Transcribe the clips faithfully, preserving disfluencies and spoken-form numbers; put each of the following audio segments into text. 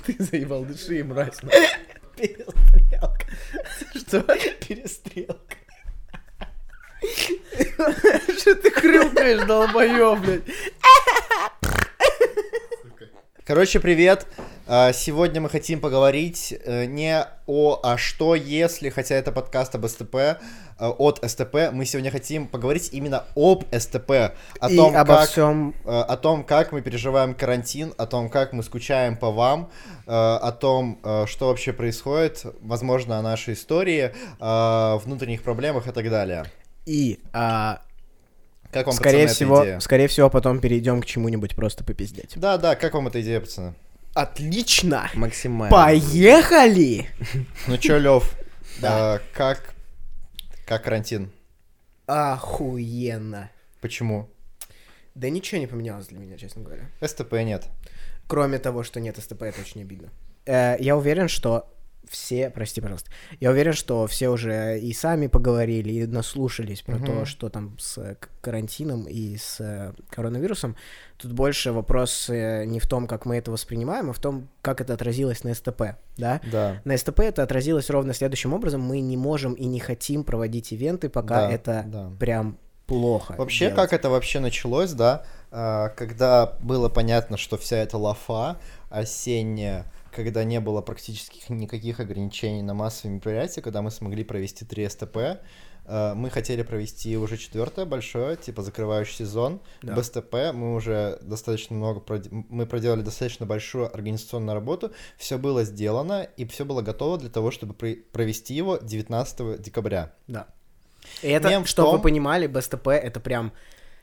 Ты заебал, дыши, мразь. Перестрелка. Что? Перестрелка. Что ты хрюкаешь, долбоёб, блядь? Короче, привет. Сегодня мы хотим поговорить не о «а что если», хотя это подкаст об СТП, от СТП. Мы сегодня хотим поговорить именно об СТП, о И том, обо как, всем... о том, как мы переживаем карантин, о том, как мы скучаем по вам, о том, что вообще происходит, возможно, о нашей истории, о внутренних проблемах и так далее. И... А... Как вам, скорее пацаны, всего, эта идея? скорее всего, потом перейдем к чему-нибудь просто попиздеть. Да, да, как вам эта идея, пацаны? Отлично! Максимально. Поехали! Ну чё, Лёв, Да. э, как, как карантин? Охуенно. Почему? Да ничего не поменялось для меня, честно говоря. СТП нет. Кроме того, что нет СТП, это очень обидно. Э, я уверен, что все... Прости, пожалуйста. Я уверен, что все уже и сами поговорили, и наслушались про Мгм. то, что там с к- карантином и с э, коронавирусом. Тут больше вопрос э, не в том, как мы это воспринимаем, а в том, как это отразилось на СТП, да? Да. На СТП это отразилось ровно следующим образом. Мы не можем и не хотим проводить ивенты, пока Да, это да. прям плохо. Вообще, делать. как это вообще началось, да, а, когда было понятно, что вся эта лафа осенняя, когда не было практически никаких ограничений на массовые мероприятия, когда мы смогли провести три СТП, а, мы хотели провести уже четвертое большое, типа закрывающий сезон. Да. В СТП мы уже достаточно много, прод- мы проделали достаточно большую организационную работу, все было сделано, и все было готово для того, чтобы при- провести его девятнадцатого декабря. Да. И это, Мем в чтобы том- вы понимали, БСТП это прям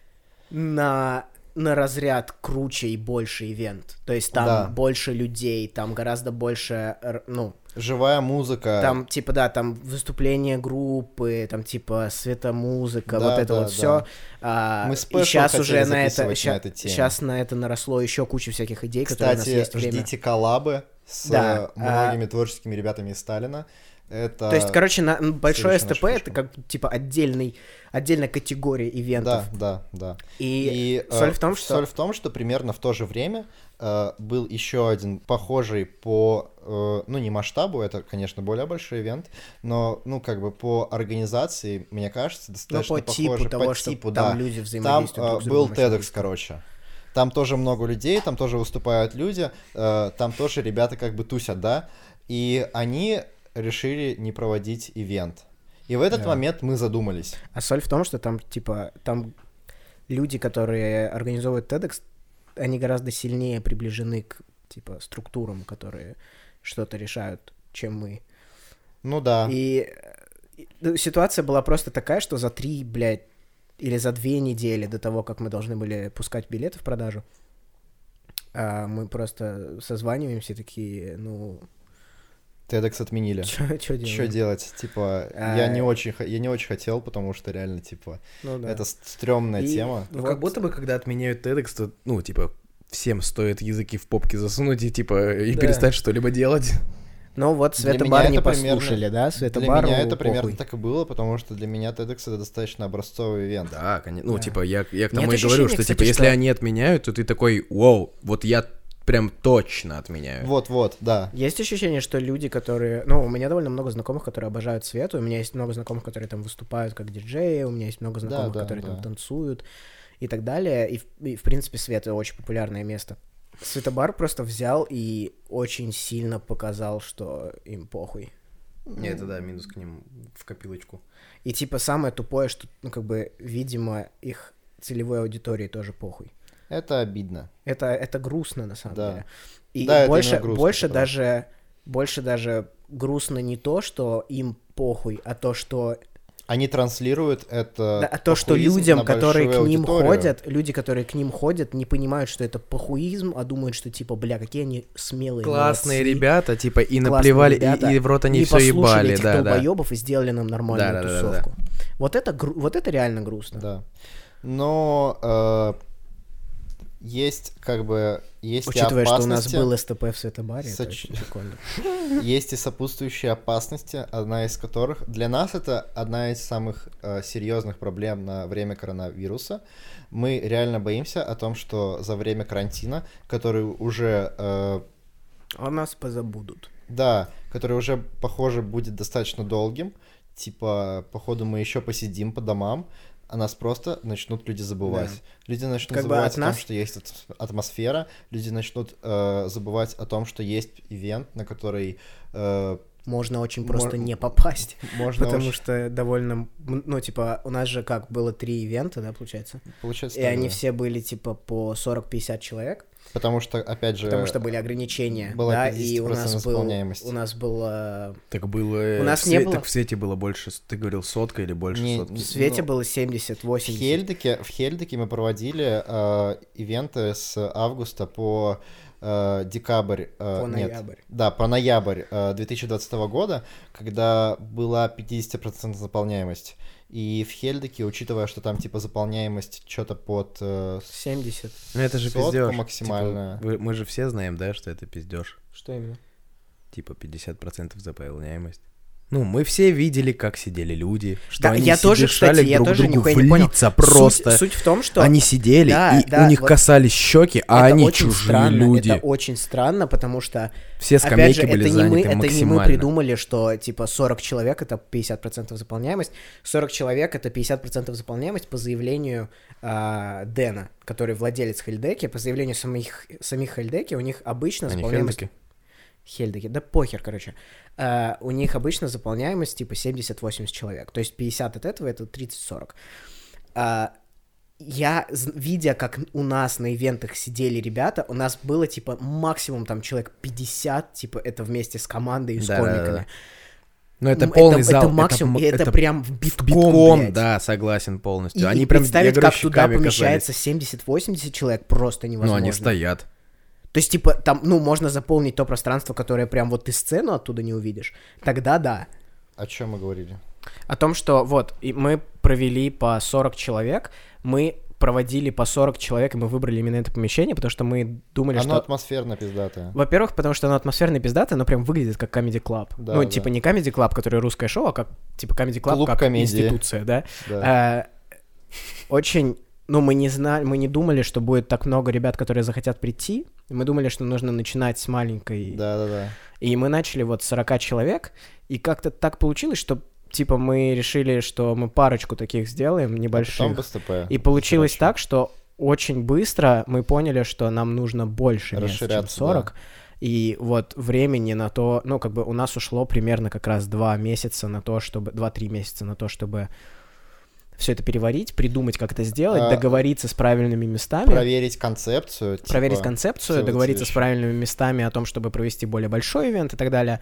на, на разряд круче и больше ивент. То есть там Да. больше людей, там гораздо больше, р- ну, Живая музыка. там, типа, да, там выступления группы, там, типа, светомузыка, Да, вот это да, вот все. Мы и спешл сейчас хотели уже на это, записывать на ща- этой теме. сейчас на это наросло еще куча всяких идей, которые у нас Кстати, есть время. ждите коллабы с Да, э, многими творческими ребятами из Сталина. Это... То есть, короче, на м, большое следующая СТП наша это фишка. как, типа, отдельный, отдельная категория ивентов. Да, да, да. И, И соль э, в том, что... соль в том, что примерно в то же время э, был еще один похожий по, э, ну не масштабу, это, конечно, более большой ивент, но, ну как бы по организации, мне кажется, Ну, достаточно по типу похоже. того, по что типу, там да. люди Там взаимодействуют э, друг с был другом. очень TEDx, короче. Там тоже много людей, там тоже выступают люди, э, там тоже ребята как бы тусят, да, и они решили не проводить ивент. И в этот Да. момент мы задумались. А соль в том, что там, типа, там люди, которые организовывают TEDx, они гораздо сильнее приближены к, типа, структурам, которые что-то решают, чем мы. Ну да. И э, ну, ситуация была просто такая, что за три, блядь, или за две недели до того, как мы должны были пускать билеты в продажу, а, мы просто созваниваемся такие, ну, TEDx отменили. что делать? Что делать? Типа, А, я не очень, х- я не очень хотел, потому что реально, типа, Ну, да. это с- стрёмная И- тема. Ну, Вот. как будто бы, когда отменяют TEDx, то, ну, типа, всем стоит языки в попки засунуть и, типа, и Да. перестать что-либо делать. Ну вот Для Светобар меня не это примерно- послушали, да? Для Светобар меня это примерно так и было, потому что для меня TEDx это достаточно образцовый ивент. Да, конечно. Ну, Да. типа, я, я к тому Нет и говорю, ощущения, что, кстати, типа, если что- они отменяют, то ты такой, вау, вот я прям точно отменяю. Вот-вот, да. Есть ощущение, что люди, которые... Ну, у меня довольно много знакомых, которые обожают Свету, у меня есть много знакомых, которые там выступают как диджеи, у меня есть много знакомых, да, которые да. там танцуют и так далее, и, в- и, в принципе, Света очень популярное место. Светобар просто взял и очень сильно показал, что им похуй. Не, это да, минус к ним в копилочку. И, типа, самое тупое, что, ну, как бы, видимо, их целевой аудитории тоже похуй. Это обидно. Это, это грустно, на самом Да. деле. И Да, это больше, именно грустно, больше потому даже, больше даже грустно не то, что им похуй, а то, что, Они транслируют это да, а то, что похуизм людям, на которые к большую ним аудиторию. ходят, люди, которые к ним ходят, не понимают, что это похуизм, а думают, что, типа, бля, какие они смелые, Классные молодцы, ребята, типа, и классные наплевали, и- ребята, и, в рот они не все послушали ебали, этих да, да. долбоебов и сделали нам нормальную Да-да-да-да-да. тусовку. Вот это, гру- вот это реально грустно. Да. Но э, есть как бы есть Учитывая, и что у нас опасности, был СТП в Светобаре, это Соч- очень прикольно. есть и сопутствующие опасности, одна из которых для нас это одна из самых э, серьезных проблем на время коронавируса. Мы реально боимся о том, что за время карантина, который уже э, А нас позабудут. Да, который уже, похоже, будет достаточно долгим. Типа, походу, мы еще посидим по домам, а нас просто начнут люди забывать. Да. Люди начнут как забывать о нас... том, что есть атмосфера, люди начнут э, забывать о том, что есть ивент, на который... Э, можно очень просто Мор... не попасть, можно потому очень... что довольно, ну, типа, у нас же как, было три ивента, да, получается? Получается, И так, они да. все были, типа, по сорок-пятьдесят человек. Потому что, опять же... Потому что были ограничения, была да, и у нас был... У нас было... Так было... У нас в не све... было... Так в Свете было больше... Ты говорил, сотка или больше не, сотки? В Свете ну, было семьдесят-восемьдесят. В Хельдеке, в Хельдеке мы проводили э, ивенты с августа по э, декабрь... Э, по нет, ноябрь. Да, по ноябрь э, две тысячи двадцатого года, когда была пятьдесят процентов заполняемость. И в Хельдеке, учитывая, что там, типа, заполняемость что-то под... Э, семьдесят. Ну это же пиздёж. Максимальная. Типа, мы же все знаем, да, что это пиздёж. Что именно? Типа пятьдесят процентов заполняемость. Ну, мы все видели, как сидели люди, что да, они я тоже, дышали кстати, друг я тоже другу в не лица просто. Суть, суть в том, что... Они сидели, да, и да, у них вот касались щеки, а они чужие странно, люди. Это очень странно, потому что... Все скамейки опять же, были это заняты не мы, максимально. Это не мы придумали, что, типа, сорок человек — это пятьдесят процентов заполняемость. сорок человек — это пятьдесят процентов заполняемость по заявлению э, Дэна, который владелец Хельдеки. По заявлению самих, самих Хельдеки у них обычно Они заполняемость... Хельдеки? Хельдеки, да похер, короче. Uh, у них обычно заполняемость типа семьдесят-восемьдесят человек. То есть пятьдесят от этого — это тридцать-сорок. Uh, я, видя, как у нас на ивентах сидели ребята, у нас было типа максимум там человек пятьдесят, типа это вместе с командой и с да, комиками. Да, да. Ну это полный это, зал. Это максимум, это, и это, это прям битком, битком блядь. Да, согласен полностью. И, они и прям, представить, говорю, как туда помещается касались. семьдесят-восемьдесят человек, просто невозможно. Ну они стоят. То есть, типа, там, ну, можно заполнить то пространство, которое прям вот ты сцену оттуда не увидишь. Тогда да. О чем мы говорили? О том, что вот, и мы провели по сорок человек, мы проводили по сорок человек, и мы выбрали именно это помещение, потому что мы думали, оно что... Оно атмосферно пиздатое. Во-первых, потому что оно атмосферно пиздатое, оно прям выглядит как Comedy Club. Да, ну, да. типа не Comedy Club, который русское шоу, а как, типа, Comedy Club, клуб как комедии. Институция, да? да. А, очень... Ну, мы не знали, мы не думали, что будет так много ребят, которые захотят прийти. Мы думали, что нужно начинать с маленькой. Да-да-да. И мы начали вот с сорок человек, и как-то так получилось, что, типа, мы решили, что мы парочку таких сделаем, небольших. А потом БСТП. И получилось Хорошо. так, что очень быстро мы поняли, что нам нужно больше мест, чем сорок. Да. И вот времени на то, ну, как бы у нас ушло примерно как раз два месяца на то, чтобы... Два-три месяца на то, чтобы... все это переварить, придумать, как это сделать, а, договориться с правильными местами. Проверить концепцию. Типа, проверить концепцию, договориться с правильными местами о том, чтобы провести более большой ивент и так далее.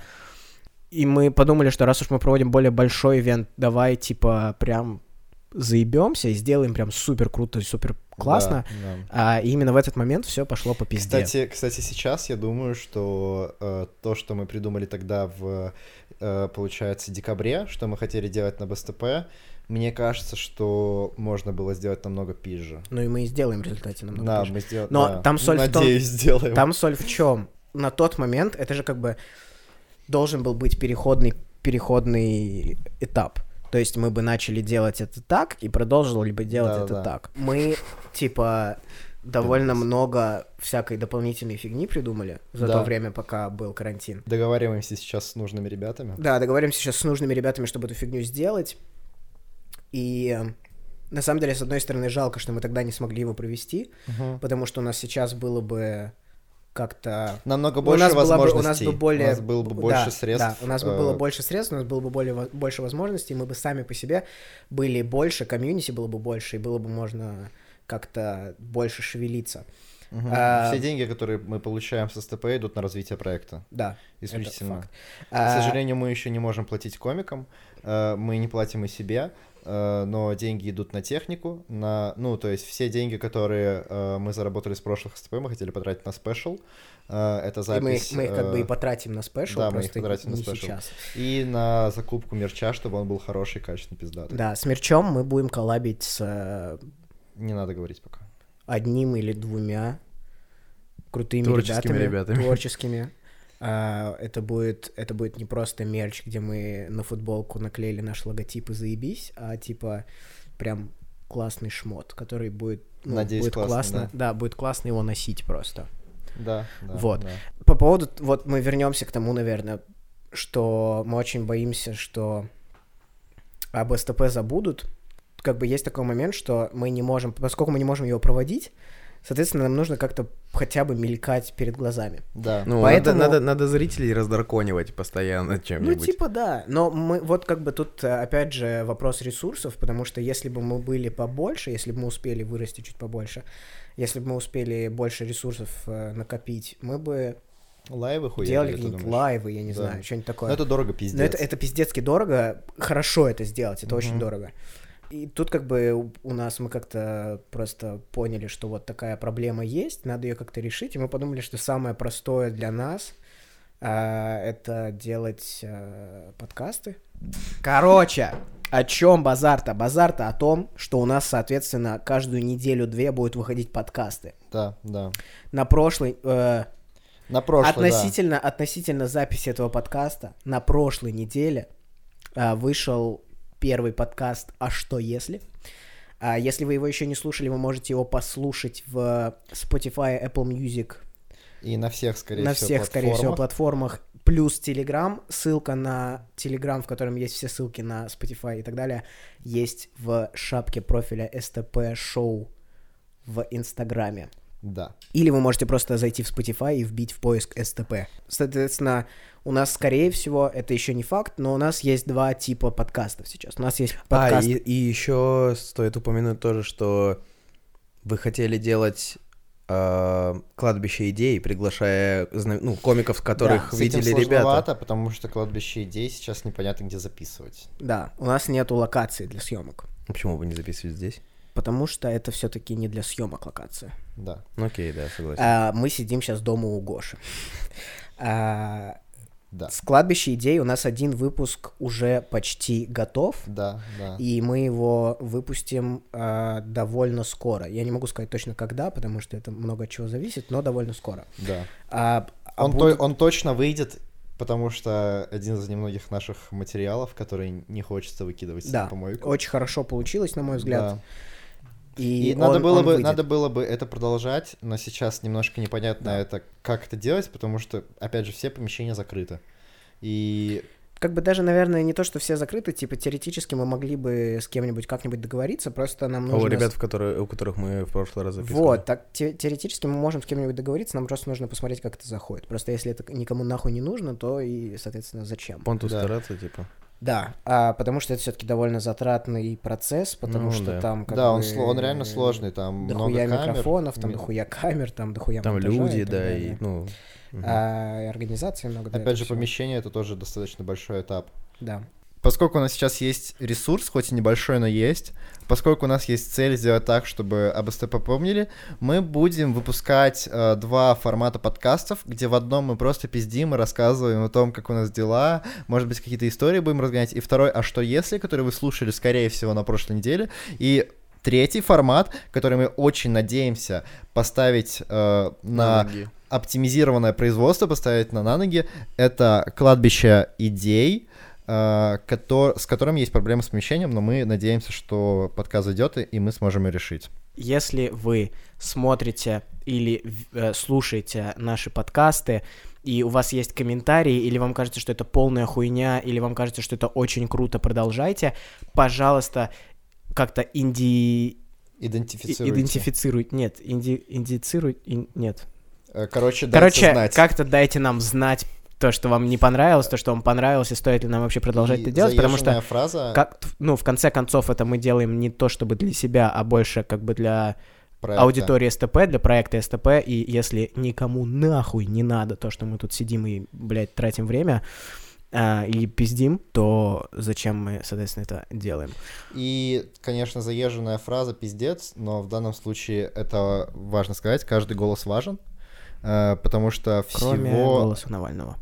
И мы подумали, что раз уж мы проводим более большой ивент, давай, типа, прям заебемся и сделаем прям супер круто, супер классно. Да, да. А именно в этот момент все пошло по пизде. Кстати, кстати, сейчас я думаю, что э, то, что мы придумали тогда в, э, получается, декабре, что мы хотели делать на БСТП, мне кажется, что можно было сделать намного пизже. Ну и мы и сделаем в результате намного да, пизже. Мы сдел... Но да, там соль надеюсь, в том... сделаем. Там соль в чем? На тот момент это же как бы должен был быть переходный, переходный этап. То есть мы бы начали делать это так и продолжили бы делать да, это да. так. Мы, типа, довольно много всякой дополнительной фигни придумали за да. то время, пока был карантин. Договариваемся сейчас с нужными ребятами. Да, договариваемся сейчас с нужными ребятами, чтобы эту фигню сделать. И на самом деле, с одной стороны, жалко, что мы тогда не смогли его провести, угу. потому что у нас сейчас было бы как-то... Намного больше у возможностей. Бы, у нас бы более... У нас было бы больше да, средств. Да, у нас бы было больше средств, у нас было бы более, больше возможностей, мы бы сами по себе были больше, комьюнити было бы больше, и было бы можно как-то больше шевелиться. Угу. А, Все деньги, которые мы получаем с СТП, идут на развитие проекта. Да. Исключительно. К а, сожалению, мы еще не можем платить комикам, мы не платим и себе, но деньги идут на технику, на, ну, то есть все деньги, которые э, мы заработали с прошлых СТП, мы хотели потратить на спешл, э, это запись... И мы их, мы их как бы и потратим на спешл, да, просто мы их потратим не на спешл. сейчас. И на закупку мерча, чтобы он был хороший, качественный, пиздатый. Да, с мерчом мы будем коллабить с... Не надо говорить пока. Одним или двумя крутыми творческими ребятами. ребятами. Творческими. Uh, это будет, это будет не просто мерч, где мы на футболку наклеили наш логотип и заебись, а типа прям классный шмот, который будет, ну, Надеюсь, будет классно, классно, да. да, будет классно его носить просто. Да, да. Вот. Да. По поводу, вот мы вернемся к тому, наверное, что мы очень боимся, что об СТП забудут. Как бы есть такой момент, что мы не можем, поскольку мы не можем его проводить, соответственно, нам нужно как-то хотя бы мелькать перед глазами. Да. Ну, Поэтому... надо, надо, надо зрителей раздарконивать постоянно чем-нибудь. Ну, типа, да. Но мы, вот как бы тут, опять же, вопрос ресурсов, потому что если бы мы были побольше, если бы мы успели вырасти чуть побольше, если бы мы успели больше ресурсов э, накопить, мы бы Лайвы хуя делали какие-нибудь лайвы, я не Да. знаю, что-нибудь такое. Но это дорого, пиздец. Но это, это пиздецки дорого, хорошо это сделать, это Мгм. очень дорого. И тут как бы у- у нас мы как-то просто поняли, что вот такая проблема есть, надо ее как-то решить, и мы подумали, что самое простое для нас а, это делать а, подкасты. Короче, о чем базар-то? Базар-то о том, что у нас, соответственно, каждую неделю-две будут выходить подкасты. Да, да. На прошлой... э, На прошлый, относительно, относительно записи этого подкаста, на прошлой неделе а, вышел первый подкаст «А что если?». А, если вы его еще не слушали, вы можете его послушать в Spotify, Apple Music, да. И на всех, скорее на всего, всех, скорее всего, платформах. платформах, плюс Telegram. Ссылка на Telegram, в котором есть все ссылки на Spotify и так далее, есть в шапке профиля эс тэ пэ Show в Инстаграме. Да. Или вы можете просто зайти в Spotify и вбить в поиск эс тэ пэ. Соответственно, у нас, скорее всего, это еще не факт, но у нас есть два типа подкастов сейчас. У нас есть А, подкаст... и, и еще стоит упомянуть тоже, что вы хотели делать э, кладбище идей, приглашая зна- ну, комиков, которых С этим видели ребята. сложновато, потому что кладбище идей сейчас непонятно, где записывать. Да, у нас нету локации для съемок. Почему вы не записывали здесь? Потому что это все-таки не для съемок локация. Да. Ну, окей, да, согласен. А, мы сидим сейчас дома у Гоши. А, Да. с кладбища идей у нас один выпуск уже почти готов. Да, да. И мы его выпустим а, довольно скоро. Я не могу сказать точно когда, потому что это много от чего зависит, но довольно скоро. Да. А, а Он, будет- то- он точно выйдет, потому что один из немногих наших материалов, который не хочется выкидывать Да, на помойку. очень хорошо получилось, на мой взгляд. Да. И, И, надо, он- было он бы, выйдет. надо было бы это продолжать, но сейчас немножко непонятно, Да. это, как это делать, потому что, опять же, все помещения закрыты. И Как бы даже, наверное, не то, что все закрыты, типа теоретически мы могли бы с кем-нибудь как-нибудь договориться, просто нам нужно... О, ребят, в которые, у которых мы в прошлый раз записывали. Вот, так те- теоретически мы можем с кем-нибудь договориться, нам просто нужно посмотреть, как это заходит. Просто если это никому нахуй не нужно, то и, соответственно, зачем? Понту Да. стараться, типа. Да, а, потому что это все-таки довольно затратный процесс, потому Ну, что да. там как да, он, бы, сло- он реально сложный, там много дохуя камер. микрофонов, там ми- дохуя камер, там дохуя Там монтажа люди, и так да, далее. и, ну... мгм. А, и организации много для Опять этого же, всего. помещение — это тоже достаточно большой этап. Да. Поскольку у нас сейчас есть ресурс, хоть и небольшой, но есть, поскольку у нас есть цель сделать так, чтобы об СТП помнили, мы будем выпускать э, два формата подкастов, где в одном мы просто пиздим и рассказываем о том, как у нас дела, может быть, какие-то истории будем разгонять, и второй «А что если?», который вы слушали, скорее всего, на прошлой неделе, и третий формат, который мы очень надеемся поставить э, на... ноги. оптимизированное производство, поставить на, на ноги, это кладбище идей, э, кото- с которым есть проблемы с помещением, но мы надеемся, что подкаст зайдет, и- и мы сможем ее решить. Если вы смотрите или э, слушаете наши подкасты, и у вас есть комментарии, или вам кажется, что это полная хуйня, или вам кажется, что это очень круто, продолжайте, пожалуйста, как-то инди... Идентифицируйте. идентифицируйте. Нет, инди... индицируйте. ин- Нет. Э, Короче, дайте Короче, знать. как-то дайте нам знать то, что вам не понравилось, то, что вам понравилось, и стоит ли нам вообще продолжать И это делать, потому что, заезженная фраза как, ну, в конце концов, это мы делаем не то, чтобы для себя, а больше как бы для проекта. аудитории СТП, для проекта СТП, и если никому нахуй не надо то, что мы тут сидим и, блядь, тратим время а, и пиздим, то зачем мы, соответственно, это делаем? И, конечно, заезженная фраза «пиздец», но в данном случае это важно сказать, каждый голос важен, э, потому что Кроме всего... голоса Навального.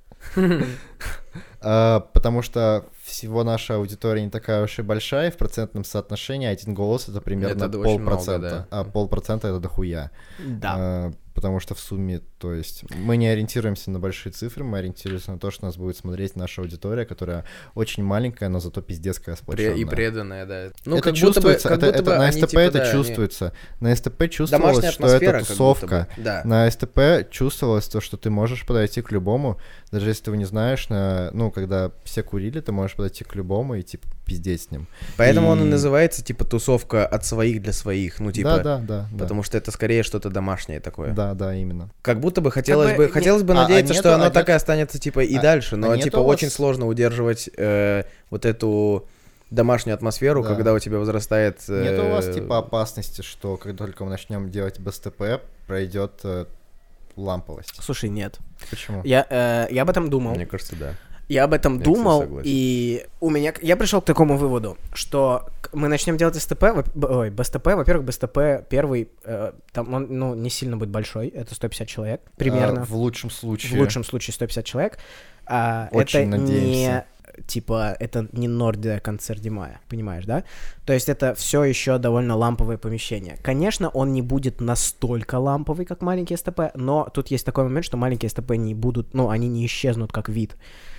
Э, потому что всего наша аудитория не такая уж и большая, и в процентном соотношении один голос — это примерно Это очень полпроцента, много, да. а полпроцента — это дохуя. Да. Э, потому что в сумме, то есть мы не ориентируемся на большие цифры, мы ориентируемся на то, что нас будет смотреть наша аудитория, которая очень маленькая, но зато пиздецкая сплоченная. И преданная, да. Ну, это чувствуется, это, это, на СТП это типа, чувствуется. Они... На СТП чувствовалось, что это тусовка. Да. На СТП чувствовалось то, что ты можешь подойти к любому, даже если ты его не знаешь, на, ну, когда все курили, ты можешь подойти к любому и, типа, пиздеть с ним. Поэтому и... он и называется, типа, тусовка от своих для своих, ну, типа... Да, да, да. Потому да. что это скорее что-то домашнее такое. Да, да, именно. Как будто бы хотелось как бы, бы хотелось бы а, надеяться, а нету, что оно а так нет... и останется, типа, и а, дальше, но, а типа, вас... очень сложно удерживать э, вот эту домашнюю атмосферу, да. когда у тебя возрастает... Э... Нет у вас, типа, опасности, что как только мы начнем делать БСТП, пройдет э, ламповость? Слушай, нет. Почему? Я, э, я об этом думал. Мне кажется, да. Я об этом я, думал, кстати, и у меня... Я пришел к такому выводу, что мы начнем делать СТП, ой, БСТП, во-первых, БСТП первый, э, там он, ну, не сильно будет большой, это сто пятьдесят человек, примерно. А, в лучшем случае. В лучшем случае сто пятьдесят человек. А, Очень это надеемся. Не, типа, это не Нордия концерт Мая, понимаешь, да? То есть это все еще довольно ламповое помещение. Конечно, он не будет настолько ламповый, как маленький СТП, но тут есть такой момент, что маленькие СТП не будут, ну, они не исчезнут как вид.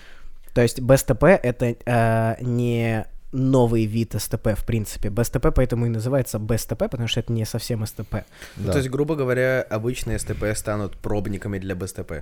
То есть БСТП — это э, не новый вид СТП, в принципе. БСТП поэтому и называется БСТП, потому что это не совсем СТП. Да. Ну, то есть, грубо говоря, обычные СТП станут пробниками для БСТП.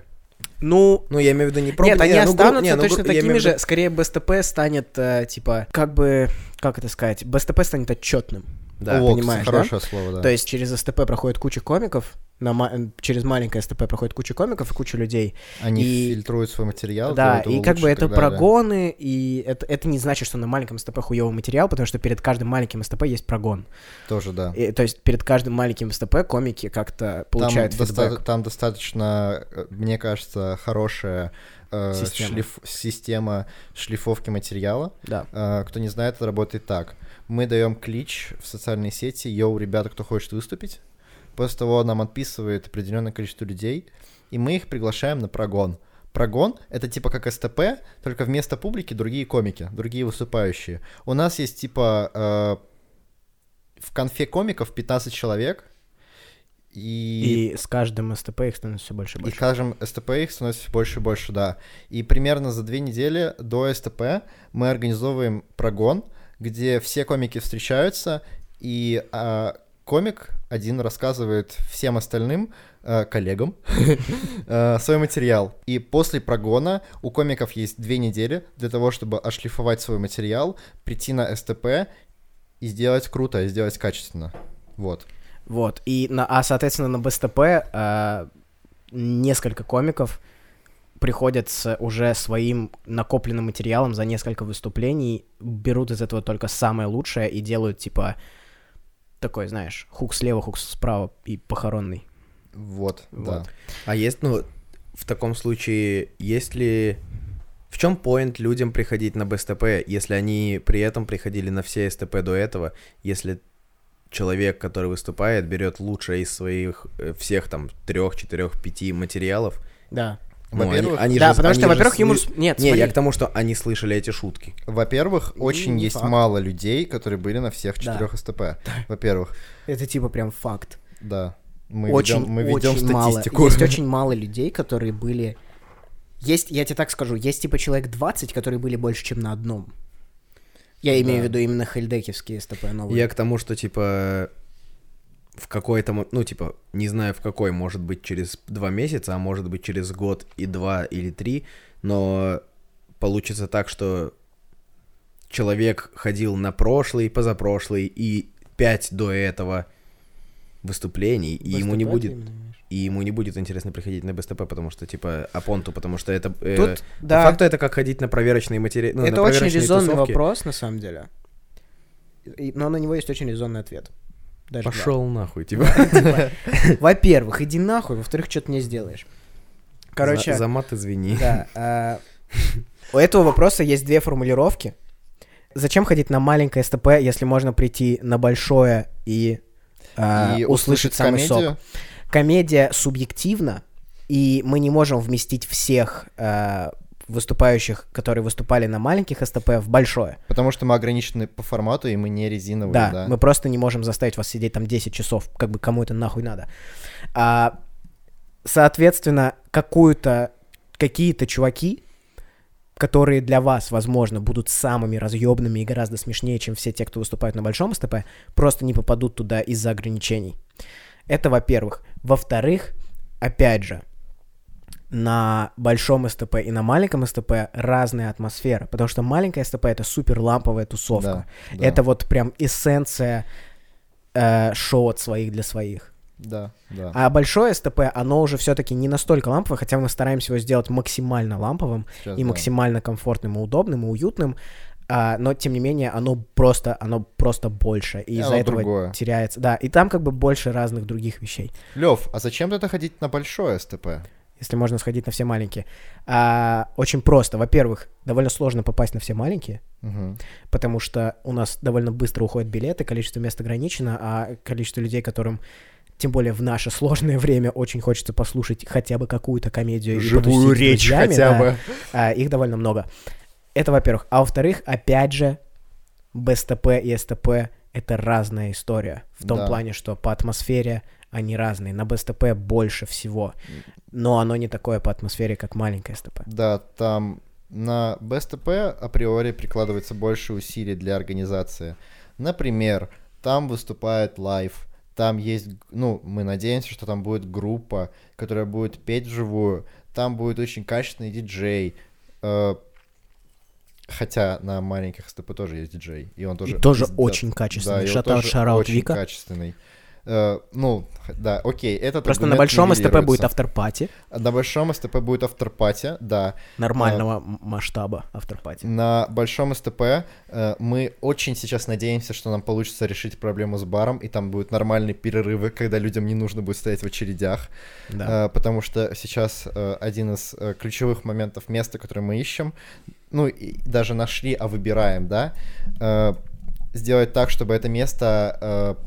Ну, ну, я имею в виду не пробники. Нет, они не, ну, останутся не, ну, точно гру... такими виду... же. Скорее, БСТП станет, э, типа, как бы, как это сказать, БСТП станет отчетным. Да, О, понимаешь, хорошее да? слово, да. То есть через СТП проходит куча комиков, на ма... через маленькое СТП проходит куча комиков и куча людей. Они и... фильтруют свой материал. Да, и как бы это прогоны, далее. и это, это не значит, что на маленьком СТП хуёвый материал, потому что перед каждым маленьким СТП есть прогон. Тоже, да. И, то есть перед каждым маленьким СТП комики как-то получают там фидбэк. Доста- там достаточно, мне кажется, хорошая э, система. Шлиф... система шлифовки материала. Да. Э, кто не знает, это работает так. Мы даем клич в социальные сети: «Йоу, ребята, кто хочет выступить?» После того нам отписывает определенное количество людей, и мы их приглашаем на прогон. Прогон — это типа как СТП, только вместо публики другие комики, другие выступающие. У нас есть типа э, в конфе комиков пятнадцать человек, и... И с каждым СТП их становится все больше и больше. И с каждым СТП их становится все больше и больше, да. И примерно за две недели до СТП мы организовываем прогон, где все комики встречаются, и а, комик один рассказывает всем остальным а, коллегам а, свой материал. И после прогона у комиков есть две недели для того, чтобы отшлифовать свой материал, прийти на СТП и сделать круто, и сделать качественно. Вот. Вот. И на, а, соответственно, на БСТП а, несколько комиков приходят с уже своим накопленным материалом за несколько выступлений, берут из этого только самое лучшее и делают, типа, такой, знаешь, хук слева, хук справа и похоронный. Вот, вот. Да. А есть, ну, в таком случае, есть ли... В чем поинт людям приходить на БСТП, если они при этом приходили на все СТП до этого, если человек, который выступает, берет лучшее из своих всех там трех, четырех, пяти материалов? Да. Ну, во-первых, они, они да, же, потому они что, во-первых, сл... юмор... Нет, Не, смотри. я к тому, что они слышали эти шутки. Во-первых, очень не есть факт. мало людей, которые были на всех четырех Да. СТП. Во-первых. Это типа прям факт. Да. Мы очень, ведем, мы ведем очень статистику. Мало. Есть очень мало людей, которые были... Есть, я тебе так скажу, есть типа человек двадцать, которые были больше, чем на одном. Я имею Да. в виду именно хельдекевские СТП новые. Я к тому, что, типа, в какой-то, мо- ну, типа, не знаю в какой, может быть, через два месяца, а может быть, через год и два или три, но получится так, что человек ходил на прошлый, позапрошлый и пять до этого выступлений, и ему не БСТП будет... ты именно имеешь? И ему не будет интересно приходить на БСТП, потому что, типа, Апонту, потому что это... э, Тут, по да, факту это как ходить на проверочные материалы. Ну, это на очень проверочные резонный тусовки. вопрос, на самом деле. И- но на него есть очень резонный ответ. Даже два. Пошел нахуй, типа. Типа, во-первых, иди нахуй, во-вторых, что ты не сделаешь. Короче, За, за мат извини. да, а, у этого вопроса есть две формулировки. Зачем ходить на маленькое СТП, если можно прийти на большое и, а, И услышать услышать самый комедию. сок? Комедия субъективна, и мы не можем вместить всех а, выступающих, которые выступали на маленьких СТП, в большое. Потому что мы ограничены по формату, и мы не резиновые, Да, да. мы просто не можем заставить вас сидеть там десять часов, как бы кому это нахуй надо. А, соответственно, какую-то, какие-то чуваки, которые для вас, возможно, будут самыми разъебными и гораздо смешнее, чем все те, кто выступают на большом СТП, просто не попадут туда из-за ограничений. Это во-первых. Во-вторых, опять же, на большом СТП и на маленьком СТП разная атмосфера, потому что маленькое СТП — это супер ламповая тусовка. Да, да. Это вот прям эссенция э, шоу от своих для своих. Да, да. А большое СТП, оно уже все-таки не настолько ламповое, хотя мы стараемся его сделать максимально ламповым Сейчас, и да. максимально комфортным и удобным и уютным, а, но тем не менее оно просто, оно просто больше, и И из-за оно этого другое. теряется. Да, и там как бы больше разных других вещей. Лев, а зачем тогда ходить на большое СТП? Если можно сходить на все маленькие. А, очень просто. Во-первых, довольно сложно попасть на все маленькие, Угу. потому что у нас довольно быстро уходят билеты, количество мест ограничено, а количество людей, которым, тем более в наше сложное время, очень хочется послушать хотя бы какую-то комедию и Живую потусить с речь друзьями, хотя да, бы. а, их довольно много. Это, во-первых. А во-вторых, опять же, БСТП и СТП — это разная история. В том Да. плане, что по атмосфере они разные. На БСТП больше всего, но оно не такое по атмосфере, как маленькое СТП. Да, там на БСТП априори прикладывается больше усилий для организации. Например, там выступает лайв, там есть, ну, мы надеемся, что там будет группа, которая будет петь вживую, там будет очень качественный диджей, э, хотя на маленьких СТП тоже есть диджей, и он тоже... И тоже пиздец. очень качественный. Да, и он Шатаут, тоже шараут, очень Вика. качественный. Э, ну, х- да, окей, этот Просто на аргумент большом СТП будет нивелируется. авторпати На большом СТП будет авторпати, да. нормального м- масштаба авторпати. На большом СТП э, мы очень сейчас надеемся, что нам получится решить проблему с баром, и там будут нормальные перерывы, когда людям не нужно будет стоять в очередях, Да. э, потому что сейчас э, один из э, ключевых моментов места, которое мы ищем, ну, и даже нашли, а выбираем, да, э, сделать так, чтобы это место... э,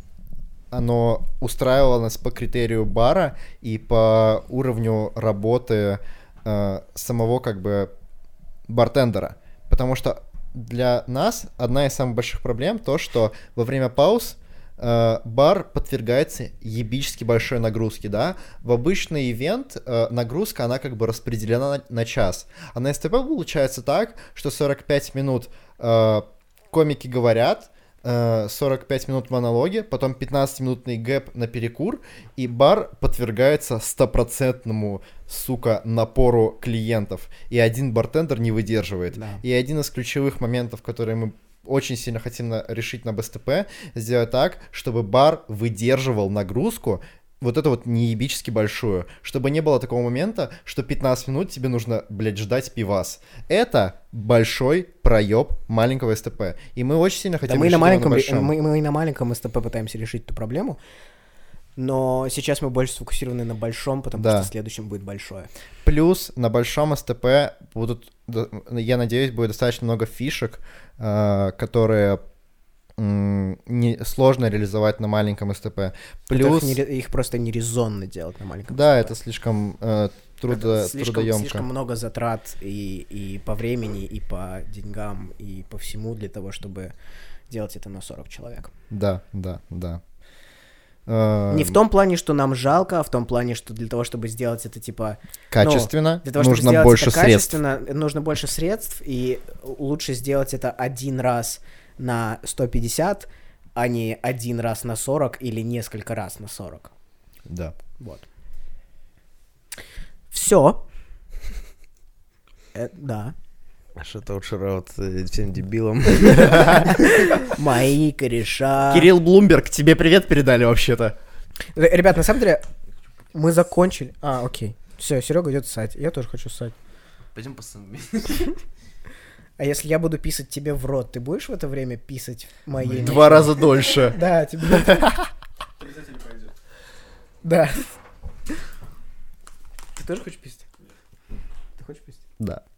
оно устраивало нас по критерию бара и по уровню работы э, самого как бы бартендера. Потому что для нас одна из самых больших проблем то, что во время пауз э, бар подвергается ебически большой нагрузке, да. В обычный ивент э, нагрузка, она как бы распределена на, на час. А на СТП получается так, что сорок пять минут э, комики говорят, сорок пять минут монологи, потом пятнадцатиминутный гэп на перекур, и бар подвергается стопроцентному, сука, напору клиентов. И один бартендер не выдерживает. Да. И один из ключевых моментов, которые мы очень сильно хотим на- решить на БСТП, сделать так, чтобы бар выдерживал нагрузку, вот это вот неебически большую, чтобы не было такого момента, что пятнадцать минут тебе нужно, блядь, ждать пивас. Это большой проеб маленького СТП. И мы очень сильно хотим Да мы и решить на его маленьком, большом. мы, мы и на маленьком СТП пытаемся решить эту проблему, но сейчас мы больше сфокусированы на большом, потому Да. что следующим будет большое. Плюс на большом СТП будут, да, я надеюсь, будет достаточно много фишек, э, которые м, не, сложно реализовать на маленьком СТП. Плюс Плюс, их, не ре- их просто нерезонно делать на маленьком да, СТП. это слишком э, трудо, Это слишком, трудоемко. слишком много затрат и, и по времени, и по деньгам, и по всему для того, чтобы делать это на сорок человек. Да, да, да. Э, Не в том плане, что нам жалко, а в том плане, что для того, чтобы сделать это, типа... Качественно, Для того, чтобы нужно сделать больше это средств. качественно, нужно больше средств, и лучше сделать это один раз на сто пятьдесят, а не один раз на сорок или несколько раз на сорок. Да. Вот. Все. Да. Шатаут, шараут всем дебилам. Мои кореша. Кирилл Блумберг, тебе привет передали вообще-то. Р- Ребят, на самом деле, мы закончили. А, окей. Все, Серега идет ссать. Я тоже хочу ссать. Пойдем посмотрим. А если я буду писать тебе в рот, ты будешь в это время писать моей... Два раза дольше. Да, тебе... Да. Ты тоже хочешь писать? Ты хочешь писать? Да.